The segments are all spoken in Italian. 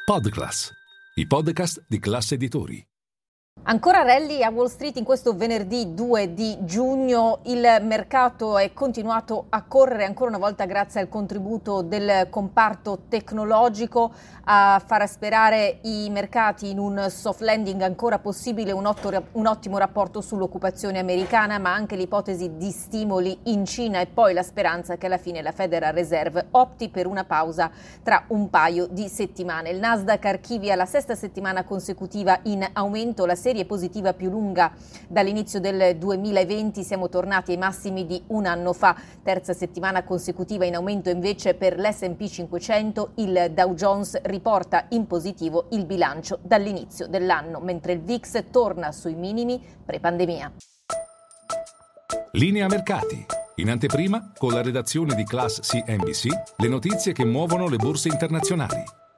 Podclass, i podcast di Class Editori. Ancora rally a Wall Street in questo venerdì 2 di giugno. Il mercato è continuato a correre ancora una volta grazie al contributo del comparto tecnologico a far sperare i mercati in un soft landing ancora possibile, un ottimo rapporto sull'occupazione americana, ma anche l'ipotesi di stimoli in Cina e poi la speranza che alla fine la Federal Reserve opti per una pausa tra un paio di settimane. Il Nasdaq archivia la sesta settimana consecutiva in aumento, la serie positiva più lunga dall'inizio del 2020, siamo tornati ai massimi di un anno fa, terza settimana consecutiva in aumento invece per l'S&P 500, il Dow Jones riporta in positivo il bilancio dall'inizio dell'anno, mentre il VIX torna sui minimi pre-pandemia. Linea mercati. In anteprima, con la redazione di Class CNBC, le notizie che muovono le borse internazionali.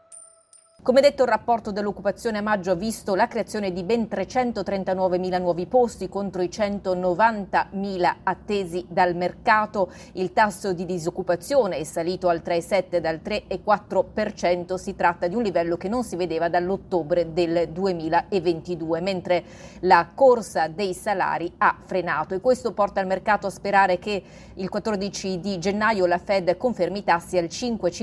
Come detto, il rapporto dell'occupazione a maggio ha visto la creazione di ben 339.000 nuovi posti contro i 190.000 attesi dal mercato. Il tasso di disoccupazione è salito al 3,7 dal 3,4%. Si tratta di un livello che non si vedeva dall'ottobre del 2022, mentre la corsa dei salari ha frenato e questo porta il mercato a sperare che il 14 di gennaio la Fed confermi i tassi al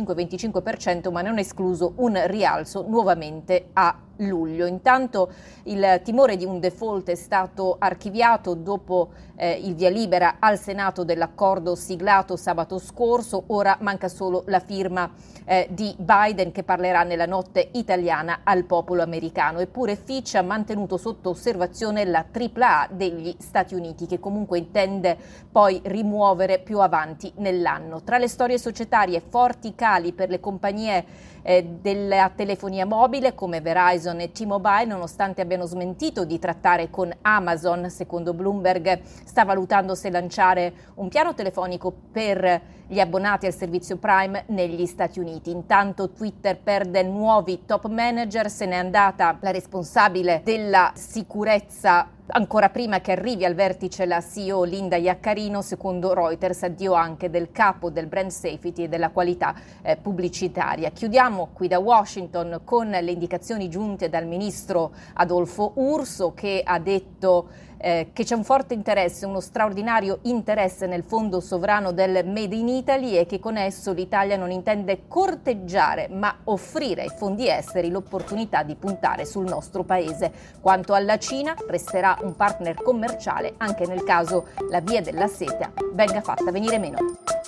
5,25%, ma non è escluso un rialzo nuovamente a luglio. Intanto il timore di un default è stato archiviato dopo il via libera al Senato dell'accordo siglato sabato scorso. Ora manca solo la firma di Biden, che parlerà nella notte italiana al popolo americano. Eppure Fitch ha mantenuto sotto osservazione la AAA degli Stati Uniti, che comunque intende poi rimuovere più avanti nell'anno. Tra le storie societarie, forti cali per le compagnie della telefonia mobile come Verizon e T-Mobile, nonostante abbiano smentito di trattare con Amazon. Secondo Bloomberg sta valutando se lanciare un piano telefonico per gli abbonati al servizio Prime negli Stati Uniti. Intanto Twitter perde nuovi top manager, se n'è andata la responsabile della sicurezza ancora prima che arrivi al vertice la CEO Linda Iaccarino. Secondo Reuters addio anche del capo del brand safety e della qualità pubblicitaria. Chiudiamo qui da Washington con le indicazioni giunte dal ministro Adolfo Urso, che ha detto che c'è un forte interesse, uno straordinario interesse nel fondo sovrano del Made in Italy e che con esso l'Italia non intende corteggiare ma offrire ai fondi esteri l'opportunità di puntare sul nostro paese. Quanto alla Cina, resterà un partner commerciale anche nel caso la via della seta venga fatta venire meno.